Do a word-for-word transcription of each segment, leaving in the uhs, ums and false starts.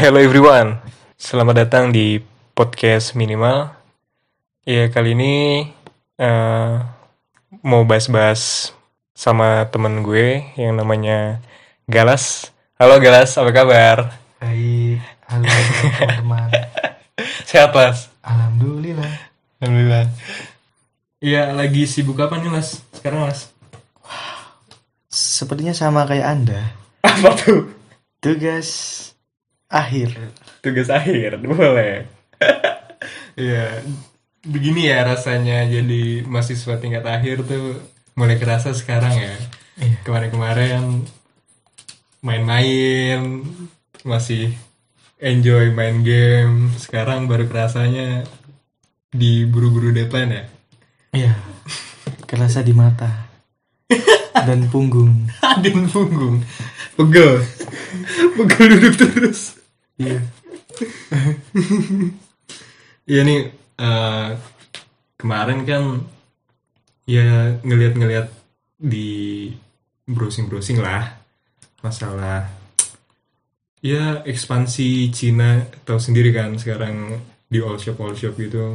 Hello everyone, selamat datang di podcast minimal. Ya kali ini uh, mau bahas-bahas sama temen gue yang namanya Galas. Halo Galas, apa kabar? Baik, halo teman-teman. Sehat Las? Alhamdulillah. Alhamdulillah. Iya, lagi sibuk apa nih Las? Sekarang Las? Sepertinya sama kayak Anda. Apa tuh? Tugas akhir. Tugas akhir, boleh. Iya, begini ya rasanya jadi mahasiswa tingkat akhir tuh mulai kerasa sekarang ya. Iya. Kemarin-kemarin main-main, masih enjoy main game. Sekarang baru kerasanya di buru-buru depan ya. Iya. Kerasa di mata dan punggung. Adin punggung, pegel, pegel duduk terus. Iya. Iya nih, uh, kemarin kan ya ngeliat-ngeliat di browsing-browsing lah masalah ya ekspansi Cina, tahu sendiri kan sekarang di all shop all shop gitu.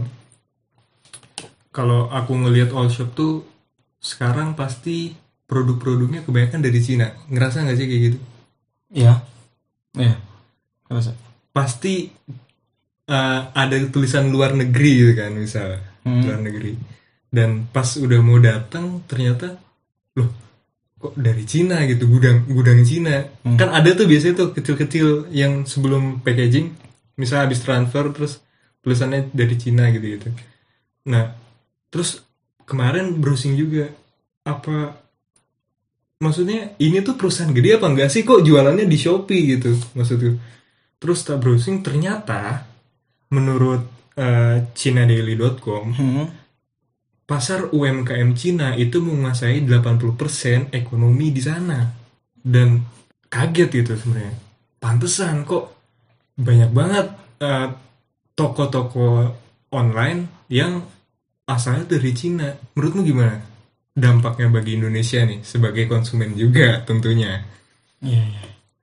Kalau aku ngelihat all shop tuh sekarang pasti produk-produknya kebanyakan dari Cina. Ngerasa nggak sih kayak gitu? Iya. Iya. Kerasa. Pasti uh, ada tulisan luar negeri gitu kan, misalnya Hmm. luar negeri. Dan pas udah mau datang ternyata loh kok dari Cina gitu, gudang gudang Cina. Hmm. Kan ada tuh biasanya tuh kecil-kecil yang sebelum packaging, misalnya habis transfer terus tulisannya dari Cina gitu gitu. Nah, terus kemarin browsing juga, apa maksudnya ini tuh perusahaan gede apa enggak sih kok jualannya di Shopee gitu maksudku. Terus tak browsing ternyata menurut uh, China Daily dot com, Hmm. pasar U M K M Cina itu menguasai delapan puluh persen ekonomi di sana. Dan kaget gitu sebenarnya. Pantesan kok banyak banget uh, toko-toko online yang asalnya dari Cina. Menurutmu gimana dampaknya bagi Indonesia nih sebagai konsumen juga tentunya? Iya, iya.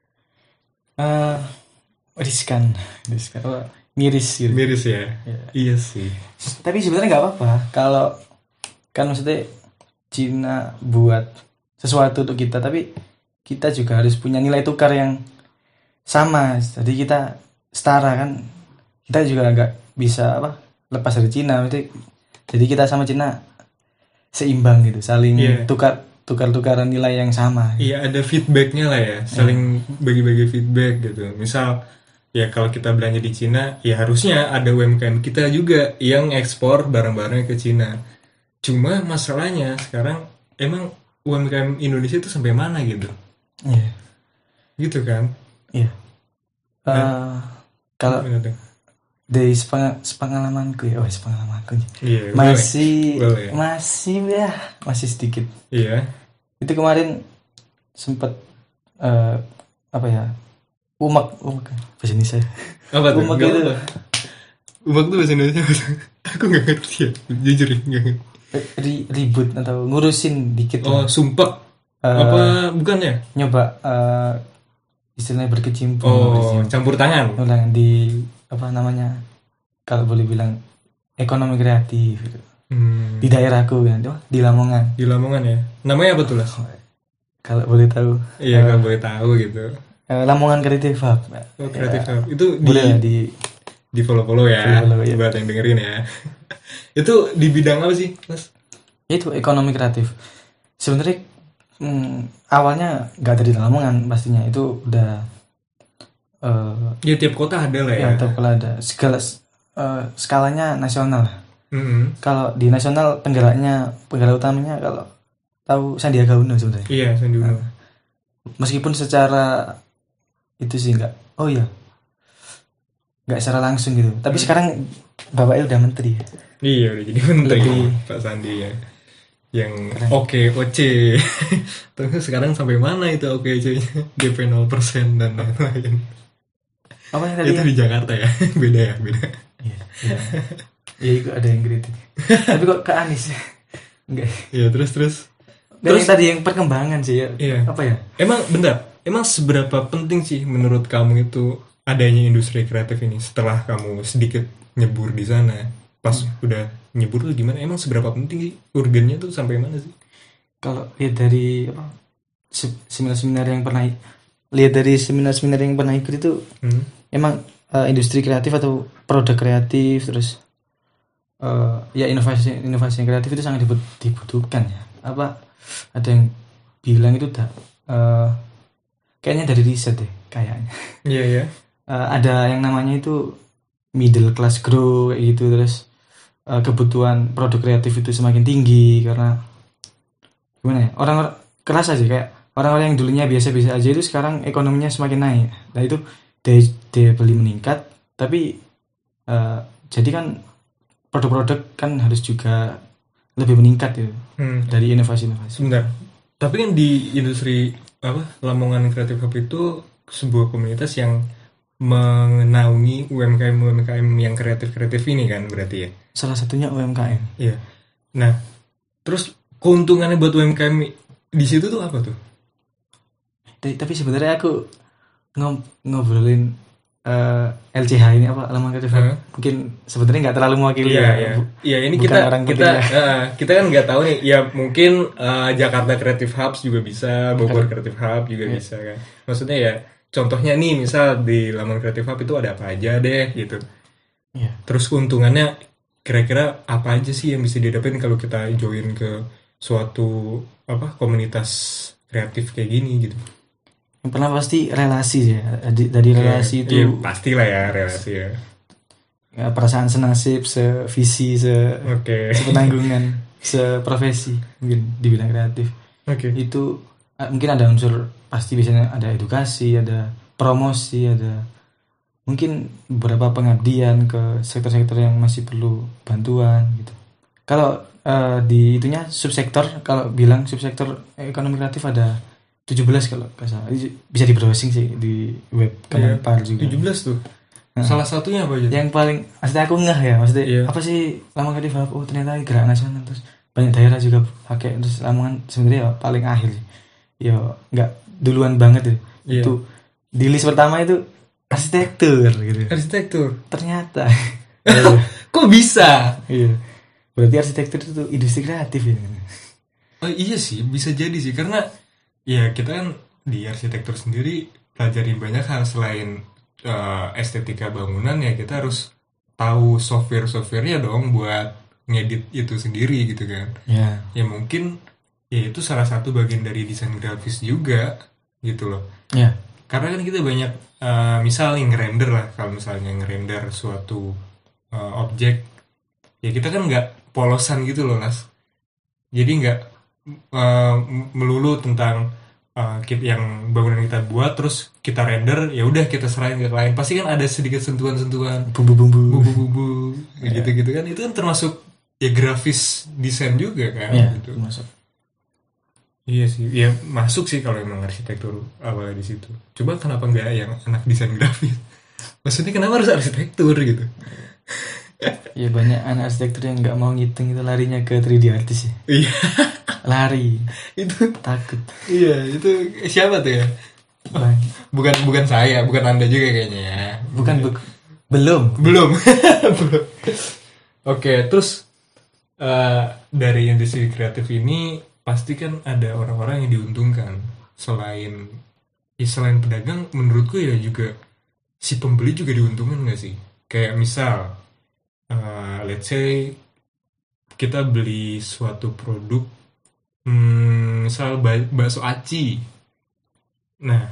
Eh, riskan, riskan. Oh, miris gitu. Miris ya? Iya. Iya sih. Tapi sebenarnya nggak apa-apa kalau kan maksudnya Cina buat sesuatu untuk kita, tapi kita juga harus punya nilai tukar yang sama. Jadi kita setara kan, kita juga nggak bisa apa lepas dari Cina. Maksudnya, jadi kita sama Cina seimbang gitu, saling Iya. tukar tukar-tukaran nilai yang sama. Iya, ada feedbacknya lah ya, saling bagi-bagi feedback gitu. Misal ya kalau kita belanja di Cina, ya harusnya ada U M K M kita juga yang ekspor barang-barangnya ke Cina. Cuma masalahnya sekarang emang U M K M Indonesia itu sampai mana gitu, Iya, gitu kan? iya. Eh, kalau Gimana tuh? dari sepeng- sepengalamanku ya, oh sepengalamanku. Iya, masih boleh, boleh. masih ya masih sedikit. Iya, Itu kemarin sempet eh, apa ya, umak umak bahasa Indonesia. apa tuh? Umak Nggak itu apa. Umak tuh bahasa Indonesia apa? Aku nggak ngerti ya, jujur ya, nggak ngerti. ri- ribut atau ngurusin dikit Oh, lah. sumpah. Eh, Apa bukannya? nyoba eh, istilahnya berkecimpung, Oh, berkecimpung. campur tangan. Ulang di apa namanya, kalau boleh bilang ekonomi kreatif gitu. Hmm. Di daerahku kan, oh, di Lamongan. Di Lamongan ya. Namanya apa tuh Las? Kalau boleh tahu, Iya, eh, kalau boleh tahu gitu. eh, Lamongan Creative Hub. Oh, Creative Ya, Hub. Itu di boleh lah di di follow-follow ya. Follow-follow, ya. Buat yang dengerin ya. Itu di bidang apa sih, Mas? itu ekonomi kreatif. Sebenarnya hmm, awalnya nggak dari Lamongan pastinya, itu udah eh Ya tiap kota ada lah ya. ya tapi kalau ada segala eh, skalanya nasional. Mm-mm. Kalau di nasional penggeraknya penggerak utamanya kalau tahu Sandiaga Uno sebenarnya. Iya, Sandi Uno. Meskipun secara itu sih nggak, oh ya nggak secara langsung gitu. Tapi sekarang bapaknya udah menteri. Iya, udah jadi menteri Lebih- Pak Sandi ya. Yang Keren. oke O C. Terus sekarang sampai mana itu oke O C-nya? D P nol persen dan lain-lain. Apa yang tadi? Itu ya? di Jakarta ya. Beda ya, beda. Iya, iya. Ya itu ada yang kritik. Tapi kok ke Anies? Enggak. Iya, terus terus. Dan Terus- yang tadi yang perkembangan sih ya. Iya. Apa ya? Emang bentar, emang seberapa penting sih menurut kamu itu adanya industri kreatif ini setelah kamu sedikit nyebur di sana, pas Hmm. udah nyebur tuh gimana? Emang seberapa penting sih urgennya tuh sampai mana sih? Kalau lihat dari apa se- seminar-seminar yang pernah lihat dari seminar-seminar yang pernah ikut itu, Hmm. emang eh, industri kreatif atau produk kreatif terus eh, ya inovasi inovasi yang kreatif itu sangat dibut- dibutuhkan ya. Apa ada yang bilang itu tak eh, kayaknya dari riset deh kayaknya. Iya ya. Eh, ada yang namanya itu middle class grow kayak gitu, terus eh, kebutuhan produk kreatif itu semakin tinggi karena gimana ya, orang kerasa sih kayak orang-orang yang dulunya biasa-biasa aja itu sekarang ekonominya semakin naik. Nah itu daya, daya beli meningkat, tapi eh, jadi kan produk-produk kan harus juga lebih meningkat ya Hmm. dari inovasi-inovasi. Sebentar. Tapi kan di industri apa Lamongan Creative Hub itu sebuah komunitas yang menaungi U M K M U M K M yang kreatif-kreatif ini kan berarti ya. Salah satunya U M K M. Iya. Nah, terus keuntungannya buat U M K M di situ tuh apa tuh? Tapi, tapi sebenarnya aku ngob- ngobrolin eh, L C H ini apa Lamongan Creative Hub, Hah? mungkin sebenarnya nggak terlalu mewakili Iya, ya. iya. Bu- Iya, ini bukan kita orang kita ketiga. eh, kita kan nggak tahu nih. Ya mungkin eh, Jakarta Creative Hubs juga bisa, Bogor Creative Hub juga Iya. bisa kan. Maksudnya ya contohnya nih misal di Lamongan Creative Hub itu ada apa aja deh gitu. Iya. Terus keuntungannya kira-kira apa aja sih yang bisa didapatkan kalau kita join ke suatu apa komunitas kreatif kayak gini gitu. Yang pertama pasti relasi ya. Dari, dari relasi itu Iya, pastilah ya relasi ya. ya, perasaan senasib, sevisi, se Oke. sepenanggungan, seprofesi mungkin di bidang kreatif. Oke. Itu eh, mungkin ada unsur pasti biasanya ada edukasi, ada promosi, ada mungkin beberapa pengabdian ke sektor-sektor yang masih perlu bantuan gitu. Kalau eh, di itunya subsektor, kalau bilang subsektor ekonomi kreatif ada tujuh belas kalau nggak salah. Itu bisa di browsing sih di web Kemenpar juga. tujuh belas tuh. Salah satunya apa aja? Yang paling maksudnya aku ngeh ya, maksudnya Iya. apa sih Lamongan Creative Hub? Oh ternyata gerakan nasional, terus banyak daerah juga pakai, terus Lamongan sebenarnya ya paling akhir sih. Ya nggak duluan banget ya. Iya. Itu di list pertama itu arsitektur gitu. Arsitektur. Ternyata. Iya. Kok bisa? Iya. Berarti arsitektur itu industri kreatif ya. Oh iya sih, bisa jadi sih karena ya kita kan di arsitektur sendiri pelajarin banyak hal selain eh, estetika bangunan ya kita harus tahu software-softwarenya dong buat ngedit itu sendiri gitu kan. Ya. Ya mungkin ya itu salah satu bagian dari desain grafis juga gitu loh. Ya. Karena kan kita banyak eh, misal yang ngerender lah, kalau misalnya ngerender suatu eh, objek ya kita kan nggak polosan gitu loh Las. Jadi nggak eh, melulu tentang eh, kit yang bangunan kita buat terus kita render ya udah kita serahin ke klien, pasti kan ada sedikit sentuhan-sentuhan Bumbu-bumbu. bumbu-bumbu gitu-gitu kan, itu kan termasuk ya grafis desain juga kan Ya, gitu. masuk. Iya sih, ya masuk sih kalau emang arsitektur awalnya di situ. Coba kenapa nggak yang anak desain grafis? Maksudnya kenapa harus arsitektur gitu? Ya banyak anak arsitektur yang nggak mau ngitung itu larinya ke tiga D artis ya. Iya, Lari, itu takut. iya itu siapa tuh ya? Bang. Bukan bukan saya, bukan Anda juga kayaknya ya. Bukan be- belum. Belum. Belum. Oke, terus eh, dari industri kreatif ini pasti kan ada orang-orang yang diuntungkan. Selain ya selain pedagang, menurutku ya juga si pembeli juga diuntungkan nggak sih? Kayak misal, eh, let's say kita beli suatu produk, hmm, misal ba- bakso aci. Nah,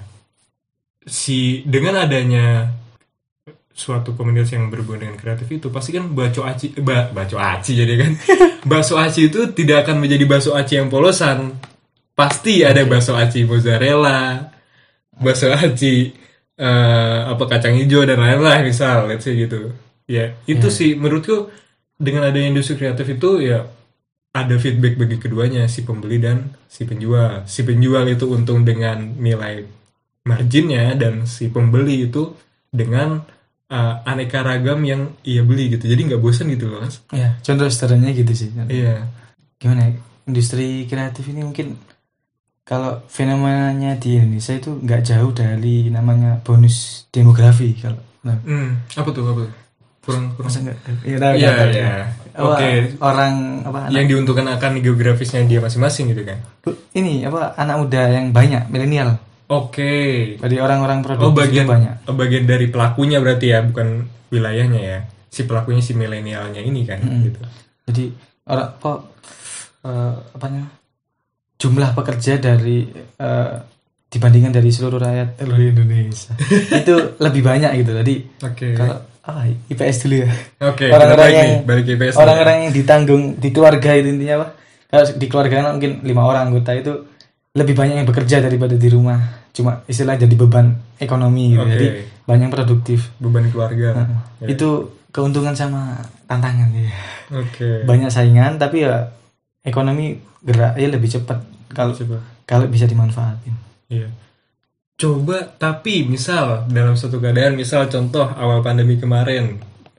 si dengan adanya suatu komunitas yang berhubungan dengan kreatif itu pasti kan bakso aci eh, ba, bakso aci jadi kan bakso aci itu tidak akan menjadi bakso aci yang polosan, pasti ada bakso aci mozzarella, bakso aci eh, apa kacang hijau dan lain-lain misal let's say gitu ya. Itu Ya. sih menurutku dengan adanya industri kreatif itu ya ada feedback bagi keduanya, si pembeli dan si penjual. Si penjual itu untung dengan nilai marginnya dan si pembeli itu dengan uh, aneka ragam yang ia beli gitu. Jadi nggak bosan gitu loh Mas. Ya, contoh sederhananya gitu sih. Iya. Gimana ya? Industri kreatif ini mungkin kalau fenomenanya di Indonesia itu nggak jauh dari namanya bonus demografi kalau nah, Hmm, apa tuh apa tuh? Kurang kurang. masa nggak ya tahu Iya, nggak tahu iya. ya. Apa, Oke. orang apa anak Yang diuntungkan akan geografisnya dia masing-masing gitu kan. bu- ini apa anak muda yang banyak milenial Oke. dari orang-orang Oh, produktif bagian itu banyak. oh, bagian dari pelakunya berarti ya, bukan wilayahnya ya. Si pelakunya si milenialnya ini kan Mm-mm. gitu. Jadi orang apa eh, apanya jumlah pekerja dari eh, dibandingkan dari seluruh rakyat seluruh Indonesia itu lebih banyak gitu. Jadi Oke. kalau ah, I P S dulu ya. Oke, Orang-orang kita balik yang nih, balik ke I P S. orang-orang yang ditanggung di keluarga itu intinya apa? Kalau di keluarga kan mungkin lima orang anggota itu lebih banyak yang bekerja daripada di rumah. Cuma istilah jadi beban ekonomi gitu. Oke. Jadi banyak yang produktif. Beban keluarga. Nah, Ya. itu keuntungan sama tantangan ya. Oke. Banyak saingan tapi ya ekonomi gerak ya lebih cepat kalau Coba. kalau bisa dimanfaatin. Iya. Coba tapi misal dalam suatu keadaan, misal contoh awal pandemi kemarin,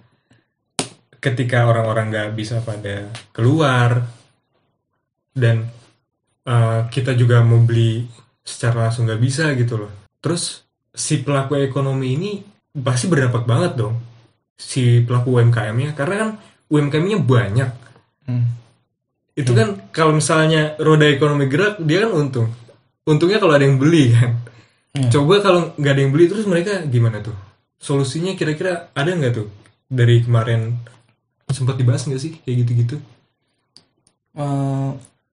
ketika orang-orang nggak bisa pada keluar dan uh, kita juga mau beli secara langsung nggak bisa gitu loh. Terus si pelaku ekonomi ini pasti berdampak banget dong, si pelaku U M K M-nya, karena kan U M K M-nya banyak. Hmm. Itu kan kalau misalnya roda ekonomi gerak, dia kan untung. Untungnya kalau ada yang beli kan. Iya. Coba kalau nggak ada yang beli, terus mereka gimana tuh? Solusinya kira-kira ada nggak tuh? Dari kemarin sempat dibahas nggak sih kayak gitu-gitu? Eh,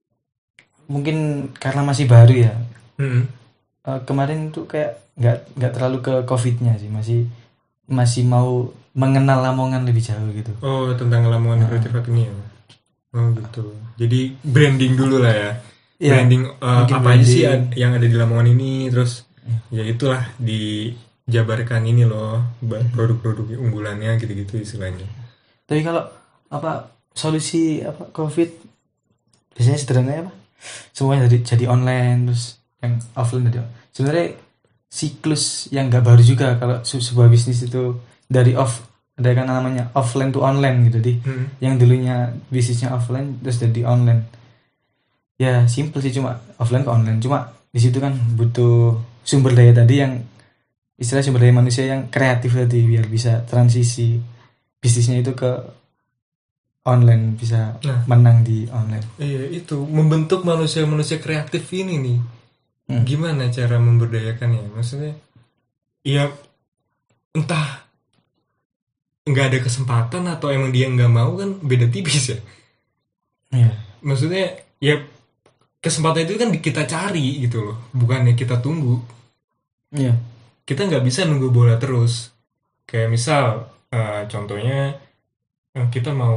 mungkin karena masih baru ya. Hmm. Eh, kemarin tuh kayak nggak nggak terlalu ke covidnya sih, masih masih mau mengenal Lamongan lebih jauh gitu. Oh, tentang Lamongan Creative Hub ini ya? Oh gitu. Jadi branding dulu lah ya. Iya, Branding uh, mungkin apa aja sih branding. ad- yang ada di Lamongan ini, terus ya itulah dijabarkan ini loh ba- produk-produk unggulannya gitu-gitu istilahnya. Tapi kalau apa solusi apa COVID biasanya sederhana apa? Semuanya jadi jadi online terus yang offline jadi sebenarnya siklus yang nggak baru juga kalau se- sebuah bisnis itu dari off ada kan namanya offline to online gitu di Hmm. yang dulunya bisnisnya offline terus jadi online ya simple sih cuma offline ke online cuma di situ kan butuh sumber daya tadi yang istilah sumber daya manusia yang kreatif tadi biar bisa transisi bisnisnya itu ke online bisa Nah. menang di online. Iya, itu membentuk manusia-manusia kreatif ini nih. Hmm. Gimana cara memberdayakannya? Maksudnya, ya entah nggak ada kesempatan atau emang dia nggak mau, kan beda tipis ya. Iya. Maksudnya, ya kesempatan itu kan kita cari gitu loh, bukannya kita tunggu. Iya. Kita nggak bisa nunggu bola terus. Kayak misal, eh, contohnya eh, kita mau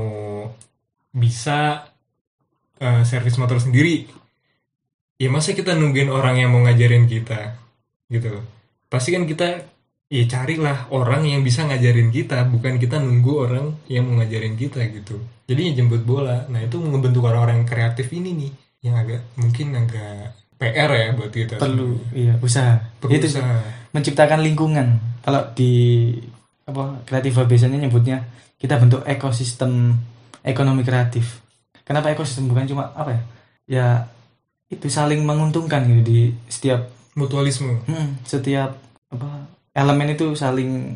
bisa eh, servis motor sendiri. Ya masa kita nungguin orang yang mau ngajarin kita gitu loh. Pasti kan kita ya carilah orang yang bisa ngajarin kita, bukan kita nunggu orang yang mau ngajarin kita gitu. Jadi ya jemput bola. Nah itu ngebentuk orang-orang yang kreatif ini nih, yang agak mungkin agak P R ya buat kita. Perlu sebenarnya. iya usaha. Perlu Itu sih, usaha. menciptakan lingkungan. Kalau di apa kreatif biasanya nyebutnya kita bentuk ekosistem ekonomi kreatif. Kenapa ekosistem bukan cuma apa ya? Ya itu saling menguntungkan gitu di setiap Mutualisme. hmm, setiap apa elemen itu saling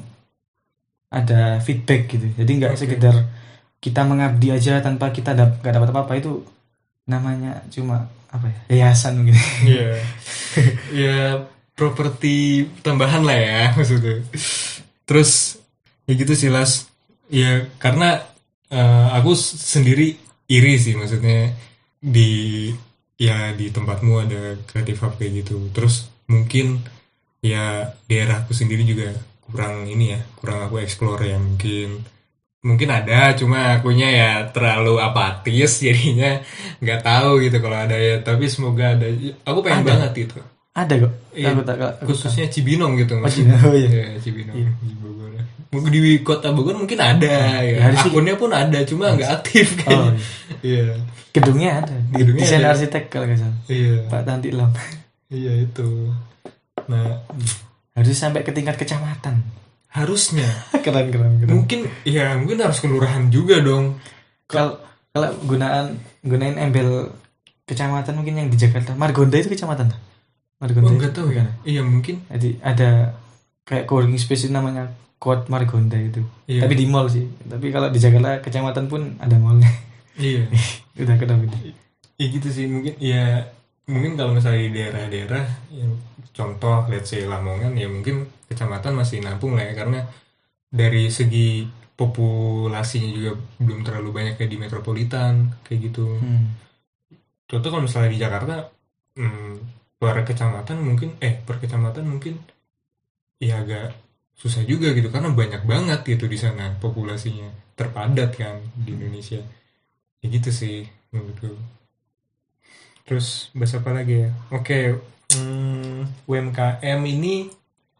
ada feedback gitu. Jadi nggak Oke. sekedar kita mengabdi aja tanpa kita dap- nggak dapat apa-apa itu namanya cuma apa ya yayasan mungkin. Iya. Ya properti tambahan lah ya maksudnya. Terus ya gitu sih Las. Ya karena eh, aku s- sendiri iri sih, maksudnya di ya di tempatmu ada kreatif hub kayak gitu. Terus mungkin ya daerahku sendiri juga kurang ini ya, kurang aku explore ya, mungkin mungkin ada, cuma akunya ya terlalu apatis jadinya nggak tahu gitu kalau ada ya. Tapi semoga ada, aku pengen Ada. banget itu. Ada kok. Iya, Aku tak aku tahu. khususnya Cibinong gitu. Oh, Cibinong, oh iya. Iya, Cibinong Iya. di Bogor. Mungkin di kota Bogor mungkin ada ya. Ya, harus sih. Akunnya pun ada, cuma nggak aktif Oh, kayaknya. iya. Iya. Gedungnya ada. Di Gedungnya desain ada. arsitek kalau nggak salah. Iya. Pak Tanti Lam. Iya itu. Nah, Harus sampai ke tingkat kecamatan. harusnya keren keren keren. mungkin ya mungkin harus kelurahan juga dong. Kalau kalau gunaan gunain embel kecamatan mungkin yang di Jakarta, Margonda itu kecamatan tak? Margonda Oh itu nggak tahu bukan? ya. Iya mungkin. Jadi ada kayak coworking space itu namanya Court Margonda itu. Iya. Tapi di mall sih. Tapi kalau di Jakarta kecamatan pun ada mallnya. Iya. Udah kenapa ini? Ya gitu sih mungkin ya mungkin kalau misalnya di daerah-daerah yang contoh let's say Lamongan ya mungkin kecamatan masih nampung lah ya karena dari segi populasinya juga belum terlalu banyak kayak di metropolitan kayak gitu. Hmm. Contoh kalau misalnya di Jakarta hmm, per kecamatan mungkin eh per kecamatan mungkin ya agak susah juga gitu karena banyak banget gitu di sana populasinya terpadat kan di Indonesia. Ya gitu sih menurutku. Terus bahas apa lagi ya? Oke, hmm, U M K M ini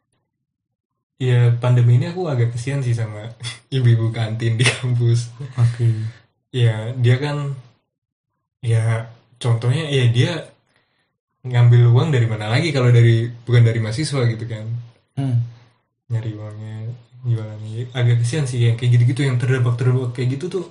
ya pandemi ini aku agak kesian sih sama ibu-ibu kantin di kampus. Oke. Ya dia kan ya contohnya ya dia ngambil uang dari mana lagi kalau dari bukan dari mahasiswa gitu kan. Hmm. Nyari uangnya jualannya agak kesian sih yang kayak gitu-gitu yang terdepak-terdepak kayak gitu tuh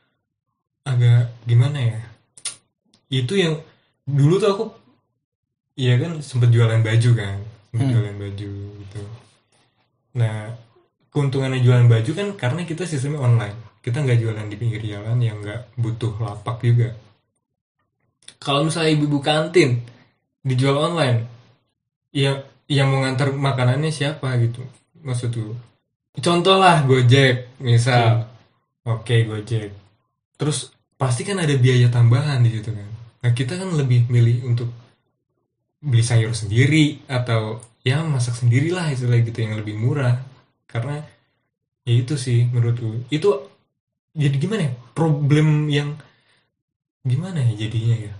agak gimana ya? Itu yang dulu tuh aku iya kan sempet jualan baju kan sempet Hmm. jualan baju gitu. Nah keuntungannya jualan baju kan karena kita sistemnya online kita nggak jualan di pinggir jalan yang nggak butuh lapak juga. Kalau misalnya ibu-ibu kantin dijual online ya yang mau ngantar makanannya siapa gitu maksudku. Contoh lah Gojek misal. Oke Gojek terus pasti kan ada biaya tambahan di situ kan. Nah kita kan lebih milih untuk beli sayur sendiri atau ya masak sendirilah istilah gitu yang lebih murah karena ya itu sih menurutku itu jadi gimana ya problem yang gimana ya jadinya ya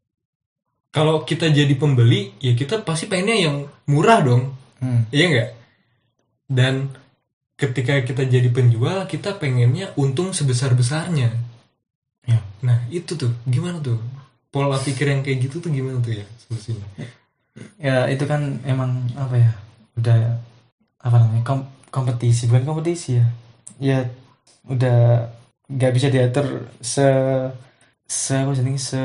kalau kita jadi pembeli ya kita pasti pengennya yang murah dong Hmm. iya nggak dan ketika kita jadi penjual kita pengennya untung sebesar besarnya Ya. nah itu tuh gimana tuh pola pikir yang kayak gitu tuh gimana tuh ya solusinya? Ya itu kan emang apa ya? Udah apa namanya? Kom- kompetisi, bukan kompetisi ya. Ya udah nggak bisa diatur se se apa sih se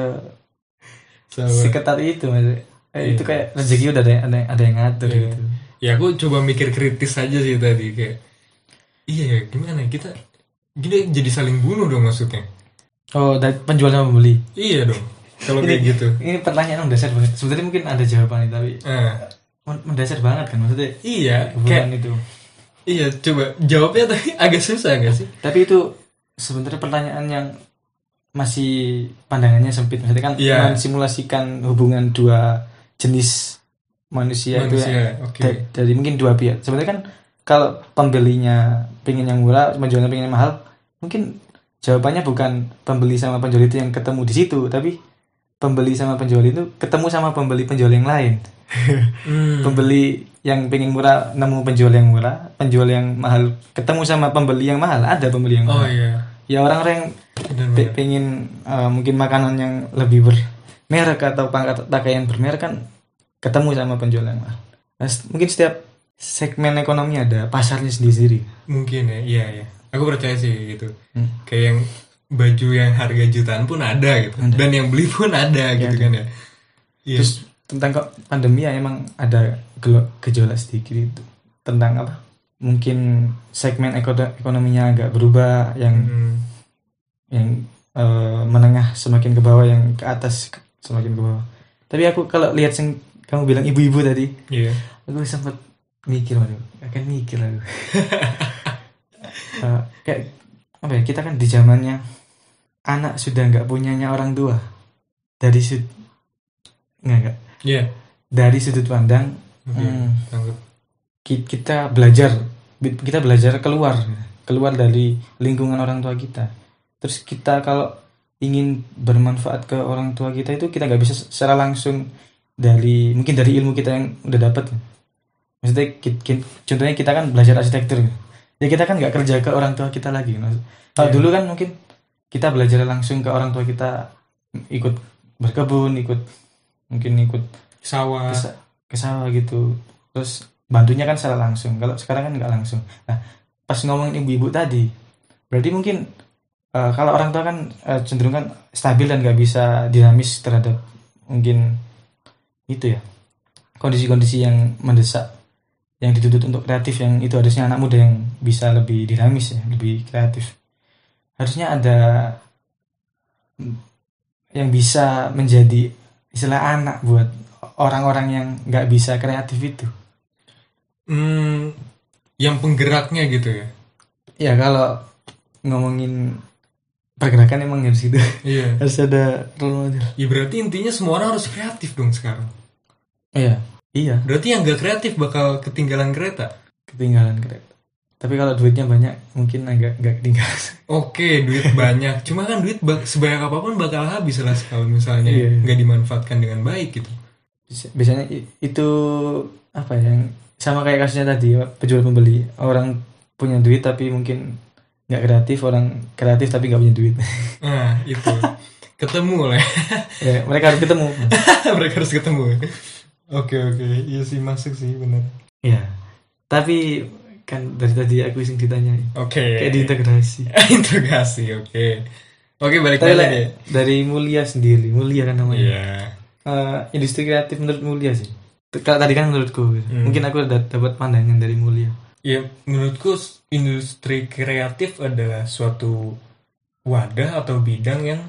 Sama, seketat itu maksudnya. Eh, Iya. itu kayak rezeki udah ada ada, ada yang ngatur Iya. gitu. ya aku coba mikir kritis aja sih tadi kayak iya ya gimana kita gini jadi saling bunuh dong maksudnya. Oh, dari penjual sama pembeli. Iya dong kalau Ini- kayak gitu. Ini pertanyaan mendasar banget. Sebenarnya mungkin ada jawabannya tapi Nah, men- mendasar banget kan maksudnya. iya Hubungan kayak itu. iya coba jawabnya tapi agak susah gak sih? Tapi itu sebenarnya pertanyaan yang masih pandangannya sempit. Maksudnya kan Iya. mensimulasikan hubungan dua jenis manusia, itu ya, Manusia, oke. da- dari mungkin dua pihak. Sebenarnya kan kalau pembelinya pengen yang murah, penjualnya pengen yang mahal, mungkin jawabannya bukan pembeli sama penjual itu yang ketemu di situ, tapi pembeli sama penjual itu ketemu sama pembeli penjual yang lain. Hmm. Pembeli yang pengen murah nemu penjual yang murah, penjual yang mahal ketemu sama pembeli yang mahal, ada pembeli yang Oh mahal. iya Ya orang-orang yang benar pe- pengen uh, mungkin makanan yang lebih bermerek atau pangkat pakaian bermerek kan ketemu sama penjual yang mahal. Nah, s- mungkin setiap segmen ekonomi ada pasarnya sendiri. mungkin ya iya ya aku percaya sih gitu Hmm. kayak yang baju yang harga jutaan pun ada gitu Ada. dan yang beli pun ada gitu ada. kan ya iya. Terus tentang kok pandemi ya emang ada gelo- gejolak sedikit itu tentang apa? Mungkin segmen eko- ekonominya agak berubah yang Hmm. yang eh, menengah semakin ke bawah, yang ke atas ke- semakin ke bawah. Tapi aku kalau lihat yang kamu bilang ibu-ibu tadi, Iya. aku sempat mikir, waduh, akan mikir aku. Eh, kayak apa ya? Kita kan di zamannya anak sudah nggak punyanya orang tua. Dari sud nggak nggak Iya. dari sudut pandang Oke, hmm, tangkap. ki- kita belajar kita belajar keluar keluar dari lingkungan orang tua kita. Terus kita kalau ingin bermanfaat ke orang tua kita itu kita nggak bisa secara langsung dari mungkin dari ilmu kita yang udah dapat. Maksudnya ki- ki- contohnya kita kan belajar arsitektur ya, kita kan nggak kerja ke orang tua kita lagi. Maksud- kalau Iya. dulu kan mungkin kita belajar langsung ke orang tua kita, ikut berkebun, ikut mungkin ikut Sawah. ke, sa- ke sawah gitu, terus bantunya kan secara langsung. Kalau sekarang kan nggak langsung. Nah pas ngomongin ibu-ibu tadi berarti mungkin eh, kalau orang tua kan eh, cenderung kan stabil dan nggak bisa dinamis terhadap mungkin itu ya kondisi-kondisi yang mendesak yang dituntut untuk kreatif, yang itu harusnya anak muda yang bisa lebih dinamis ya, lebih kreatif. Harusnya ada mm, yang bisa menjadi istilah anak buat orang-orang yang nggak bisa kreatif itu. Hmm, yang penggeraknya gitu ya. Ya kalau ngomongin pergerakan emang harus gitu. Iya. Harus ada role model. Ya berarti intinya semua orang harus kreatif dong sekarang. Iya, iya, Berarti yang gak kreatif bakal ketinggalan kereta. ketinggalan kereta. Tapi kalau duitnya banyak mungkin agak nggak ketinggalan. Oke, duit banyak. Cuma kan duit ba- sebanyak apapun bakal habis lah kalau misalnya Iya. nggak dimanfaatkan dengan baik gitu. Bisa- Biasanya i- itu apa ya, yang sama kayak kasusnya tadi penjual pembeli, orang punya duit tapi mungkin nggak kreatif, orang kreatif tapi nggak punya duit. Nah, itu. Ketemu lah. Ya, mereka harus ketemu. Mereka harus ketemu. Oke, oke. Iya sih, masuk sih, benar. Ya, tapi kan dari tadi aku sing ditanya Oke. kayak diintegrasi. Interogasi, oke. Oke, balik Tapi lagi lah, deh. dari Mulia sendiri, Mulia kan namanya. Iya. Eh, industri kreatif menurut Mulia sih. T- Kalau tadi kan menurutku, gitu. Hmm. Mungkin aku udah dapat pandangan dari Mulia. Ya, menurutku s- industri kreatif adalah suatu wadah atau bidang yang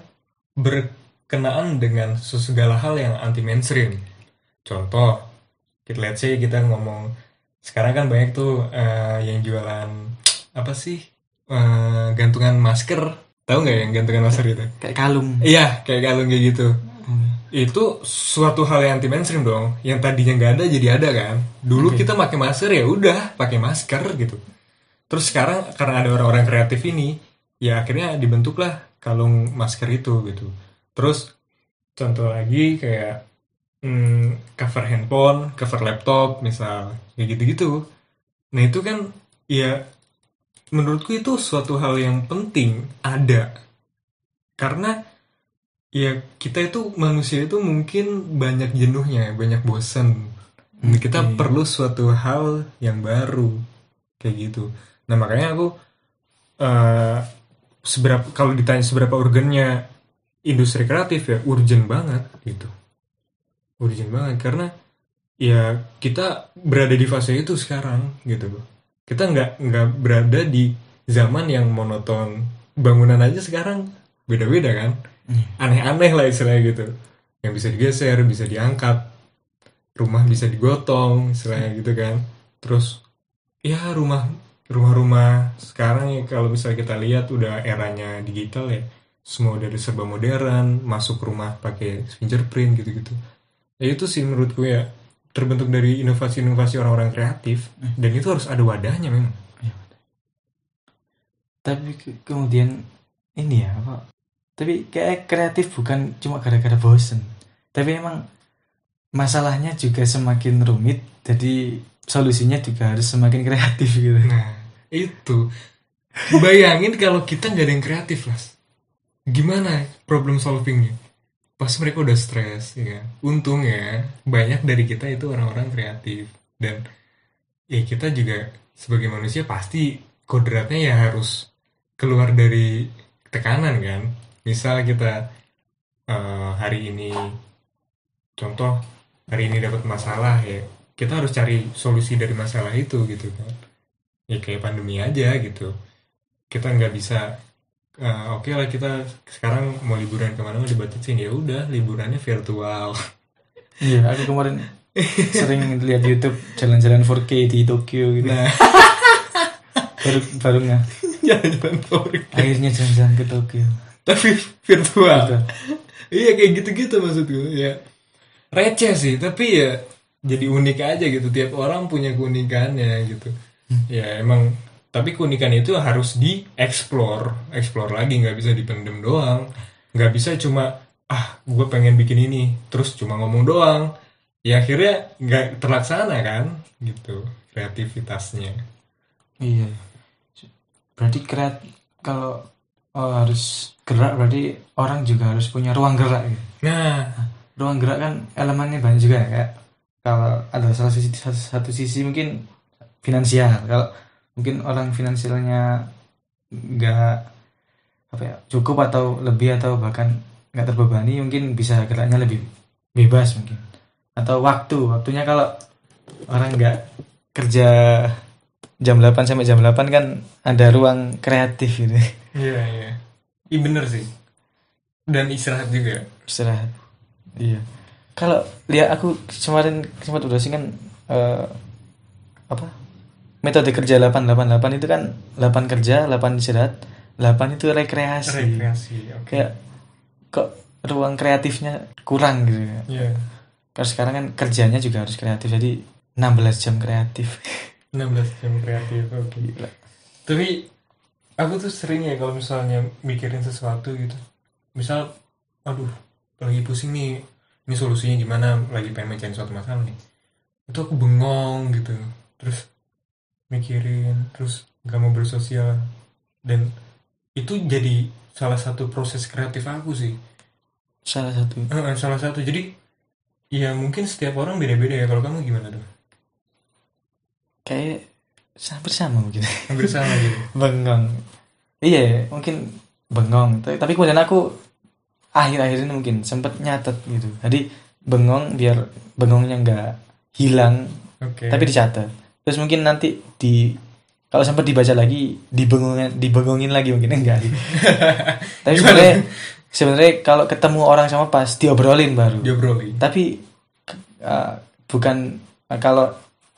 berkenaan dengan segala hal yang anti mainstream. Contoh, kita lihat sih kita ngomong sekarang kan banyak tuh eh, yang jualan apa sih Eh, gantungan masker, tahu nggak yang gantungan masker itu? Kayak kalung. Iya, kayak kalung kayak gitu. Hmm. Itu suatu hal yang anti mainstream dong. Yang tadinya nggak ada jadi ada kan. Dulu Oke. kita pakai masker ya udah pakai masker gitu. Terus sekarang karena ada orang-orang kreatif ini, ya akhirnya dibentuklah kalung masker itu gitu. Terus contoh lagi kayak hmm, cover handphone, cover laptop misal, kayak gitu-gitu. Nah itu kan ya menurutku itu suatu hal yang penting ada. Karena ya kita itu manusia itu mungkin banyak jenuhnya, banyak bosan. Dan kita Oke. perlu suatu hal yang baru kayak gitu. Nah makanya aku eh, seberapa kalau ditanya seberapa urgennya industri kreatif ya urgent banget gitu. Urgent banget karena ya kita berada di fase itu sekarang gitu loh. Kita nggak nggak berada di zaman yang monoton. Bangunan aja sekarang beda-beda kan. Aneh-aneh lah istilahnya gitu. Yang bisa digeser, bisa diangkat. Rumah bisa digotong, istilahnya gitu kan. Terus ya rumah rumah-rumah sekarang ya kalau misalnya kita lihat udah eranya digital ya. Semua udah serba modern, masuk rumah pakai fingerprint gitu-gitu. Ya itu sih menurutku ya terbentuk dari inovasi-inovasi orang-orang kreatif dan itu harus ada wadahnya memang. Tapi ke- kemudian ini ya apa? Tapi kayak kreatif bukan cuma gara-gara bosen. Tapi emang masalahnya juga semakin rumit, jadi solusinya juga harus semakin kreatif gitu. Nah, itu. Bayangin kalau kita nggak ada yang kreatif, Las. Gimana problem solvingnya? Pas mereka udah stres, ya kan? Untung ya, banyak dari kita itu orang-orang kreatif. Dan ya kita juga sebagai manusia pasti kodratnya ya harus keluar dari tekanan kan. Misal kita eh, hari ini, contoh hari ini dapat masalah ya, kita harus cari solusi dari masalah itu gitu kan. Ya kayak pandemi aja gitu. Kita nggak bisa eh, oke lah kita sekarang mau liburan kemana mau dibatasin ya udah liburannya virtual. Iya, aku kemarin sering lihat YouTube jalan-jalan four K di Tokyo gitu. Nah, Baru baru nggak. jalan-jalan Tokyo. Akhirnya jalan-jalan ke Tokyo. Tapi virtual. Gitu. Iya kayak gitu-gitu maksudku ya. Receh sih, tapi ya jadi unik aja gitu. Tiap orang punya keunikannya gitu. Ya emang, tapi keunikan itu harus dieksplor, eksplor lagi, nggak bisa dipendem doang. Nggak bisa cuma ah gue pengen bikin ini, terus cuma ngomong doang. Ya akhirnya nggak terlaksana kan, gitu kreativitasnya. Iya. Berarti kreat kalau oh, harus gerak berarti orang juga harus punya ruang gerak gitu. Nah, Ruang gerak kan elemennya banyak juga ya, kayak kalau ada salah sisi satu, satu sisi mungkin finansial. Kalau mungkin orang finansialnya nggak apa ya, cukup atau lebih atau bahkan nggak terbebani, mungkin bisa geraknya lebih bebas mungkin. Atau waktu waktunya, kalau orang nggak kerja jam delapan sampai jam delapan kan ada ruang kreatif gitu. Iya, iya. Iya bener sih. Dan istirahat juga. Istirahat. Iya. Kalau lihat aku kemarin sempat udah sih kan eh, apa? Metode kerja delapan delapan delapan itu kan delapan kerja, delapan istirahat, delapan itu rekreasi. Rekreasi, oke. Kayak kok ruang kreatifnya kurang gitu ya. Iya. Kalau sekarang kan kerjanya juga harus kreatif, jadi enam belas jam kreatif. enam belas jam kreatif, oke. Gila. Tapi aku tuh sering ya kalau misalnya mikirin sesuatu gitu. Misal, aduh, lagi pusing nih, ini solusinya gimana, lagi pengen mecahin suatu masalah nih. Itu aku bengong gitu. Terus mikirin, terus gak mau bersosial. Dan itu jadi salah satu proses kreatif aku sih. Salah satu. Eh, salah satu. Jadi, ya mungkin setiap orang beda-beda ya. Kalau kamu gimana tuh? Kayak hampir sama mungkin. Hampir sama gitu. Bengong. Iya, mungkin bengong. Tapi tapi kemudian aku akhir-akhir ini mungkin sempet nyatet gitu. Jadi bengong biar bengongnya nggak hilang, Oke. tapi dicatat. Terus mungkin nanti di kalau sempat dibaca lagi, dibengongin dibengongin lagi mungkin enggak. Tapi Gimana? sebenarnya sebenarnya kalau ketemu orang sama pas diobrolin baru. Diobrolin. Tapi uh, bukan uh, kalau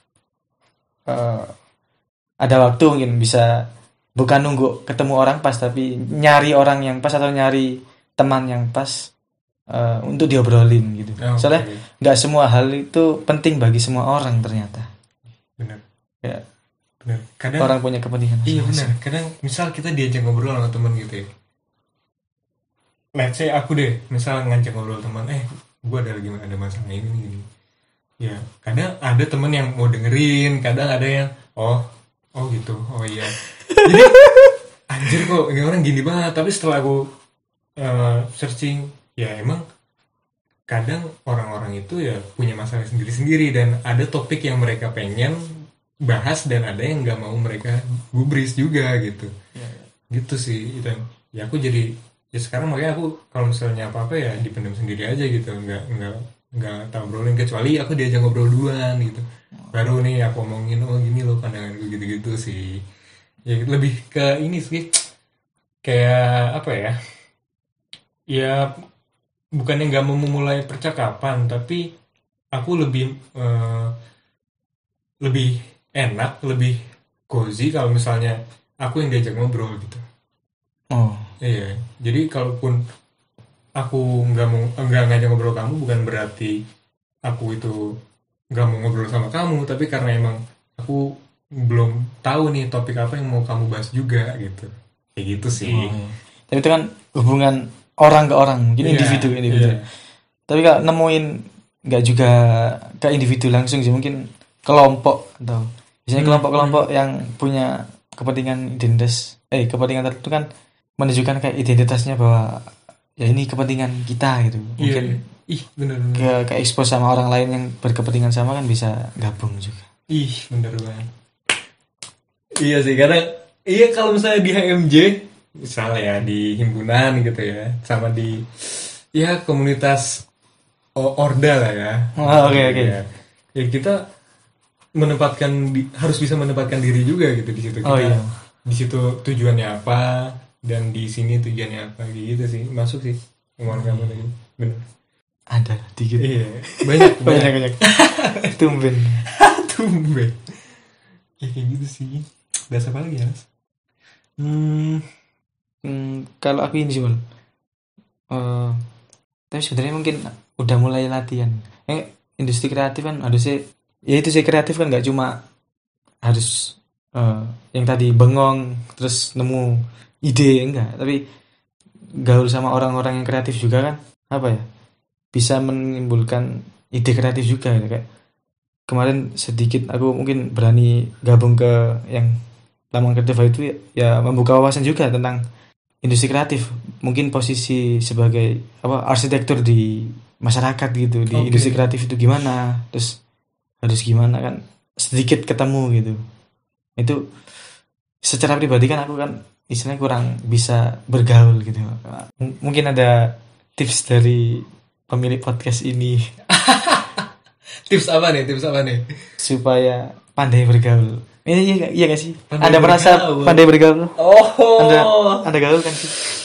uh, ada waktu mungkin bisa bukan nunggu ketemu orang pas, tapi nyari orang yang pas atau nyari teman yang pas uh, untuk diobrolin gitu. Oh, Soalnya oke. nggak semua hal itu penting bagi semua orang ternyata. Bener. Ya, Bener. Kadang orang punya kepentingan. iya masing-masing. benar. Kadang misal kita diajak ngobrol sama teman gitu ya. Let's say aku deh, misal ngajak ngobrol teman, eh, gue ada lagi ada masalah ini gini. Ya, kadang ada teman yang mau dengerin, kadang ada yang oh, oh gitu, oh iya. Jadi anjir kok ini orang gini banget. Tapi setelah aku uh, searching, ya emang kadang orang-orang itu ya punya masalah sendiri-sendiri dan ada topik yang mereka pengen bahas dan ada yang nggak mau mereka gubris juga gitu. Ya, Gitu sih. Dan ya aku jadi ya sekarang makanya aku kalau misalnya apa-apa ya dipendam sendiri aja gitu, nggak nggak nggak tahu obrolin, kecuali aku diajak ngobrol duluan gitu, baru nih aku omongin oh gini loh pandanganku gitu-gitu sih. Ya lebih ke ini sih, kayak apa ya, ya bukannya nggak mau memulai percakapan, tapi aku lebih eh, lebih enak, lebih cozy kalau misalnya aku yang diajak ngobrol gitu. Oh, Iya, jadi kalaupun aku nggak mau nggak ngajak ngobrol kamu, bukan berarti aku itu nggak mau ngobrol sama kamu, tapi karena emang aku belum tahu nih topik apa yang mau kamu bahas juga gitu, kayak gitu sih. oh, iya. Tapi itu kan hubungan orang ke orang, mungkin Iya, individu ke individu. iya. Tapi kalau nemuin nggak juga ke individu langsung sih, mungkin kelompok atau biasanya Hmm, kelompok-kelompok yang punya kepentingan identitas, eh kepentingan tertentu kan menunjukkan kayak identitasnya bahwa ya ini kepentingan kita gitu. Iya, Mungkin iya. Ih bener-bener, ke ke expose sama orang lain yang berkepentingan sama kan bisa gabung juga. ih bener banget. Iya sih, karena iya kalau misalnya di H M J, misalnya ya di himpunan gitu ya, sama di ya komunitas o- Orda lah ya. Oh, oke, oke. Ya, ya kita menempatkan di- harus bisa menempatkan diri juga gitu di situ kita. Oh, iya. Di situ tujuannya apa dan di sini tujuannya apa gitu sih. Masuk sih omongan kamu tadi. Bener. Ada dikit. Iya, banyak Banyak banyak. banyak. Tumben. Tumben. Ya kayak gitu sih. Bahasa apa lagi ya, Mas? Hmm, hmm, kalau aku ini sih Bang. Eh, tapi sebenarnya mungkin udah mulai latihan. Eh, industri kreatif kan harusnya, ya itu sih, kreatif kan nggak cuma harus eh, yang tadi bengong terus nemu ide, enggak, tapi gaul sama orang-orang yang kreatif juga kan apa ya, bisa menimbulkan ide kreatif juga gitu. Kayak kemarin sedikit aku mungkin berani gabung ke yang Taman Kreatif itu ya, ya membuka wawasan juga tentang industri kreatif, mungkin posisi sebagai apa arsitektur di masyarakat gitu, di Oke. industri kreatif itu gimana, terus harus gimana kan, sedikit ketemu gitu. Itu secara pribadi kan aku kan istilahnya kurang bisa bergaul gitu. M- mungkin ada tips dari pemilik podcast ini Tips apa nih? Tips apa nih? supaya pandai bergaul. Iya iya nggak- iya gak sih? Pandai Anda merasa bergaul. pandai bergaul? Oh, Anda Anda gaul kan sih?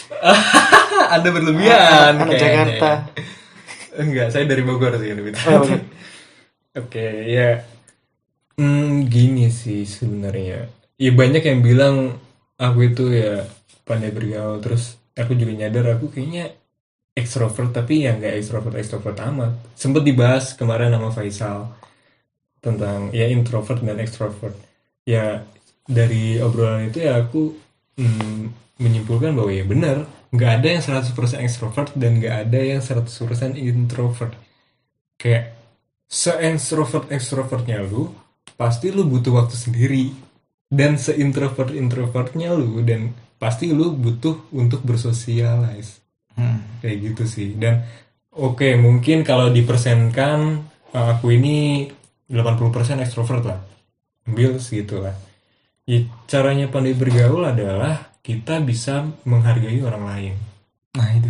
Anda berlebihan. Anak kayaknya. Jakarta. Enggak, saya dari Bogor sih lebih Oh, tepatnya. bener. Oke, ya. Hmm, gini sih sebenarnya. Ya banyak yang bilang aku itu ya pandai bergaul, terus aku juga nyadar aku kayaknya ekstrovert, tapi ya nggak ekstrovert ekstrovert amat. Sempet dibahas kemarin sama Faisal tentang ya introvert dan extrovert. Ya dari obrolan itu ya aku mm, menyimpulkan bahwa ya benar, nggak ada yang seratus persen extrovert dan nggak ada yang seratus persen introvert. Kayak se-extrovert extrovertnya lu, pasti lu butuh waktu sendiri. Dan se-introvert introvertnya lu, dan pasti lu butuh untuk bersosialize. Hmm. Kayak gitu sih. Dan oke, mungkin kalau dipersenkan eh, aku ini delapan puluh persen ekstrovert lah. Ambil segitulah. Ya, caranya pandai bergaul adalah kita bisa menghargai orang lain. Nah itu.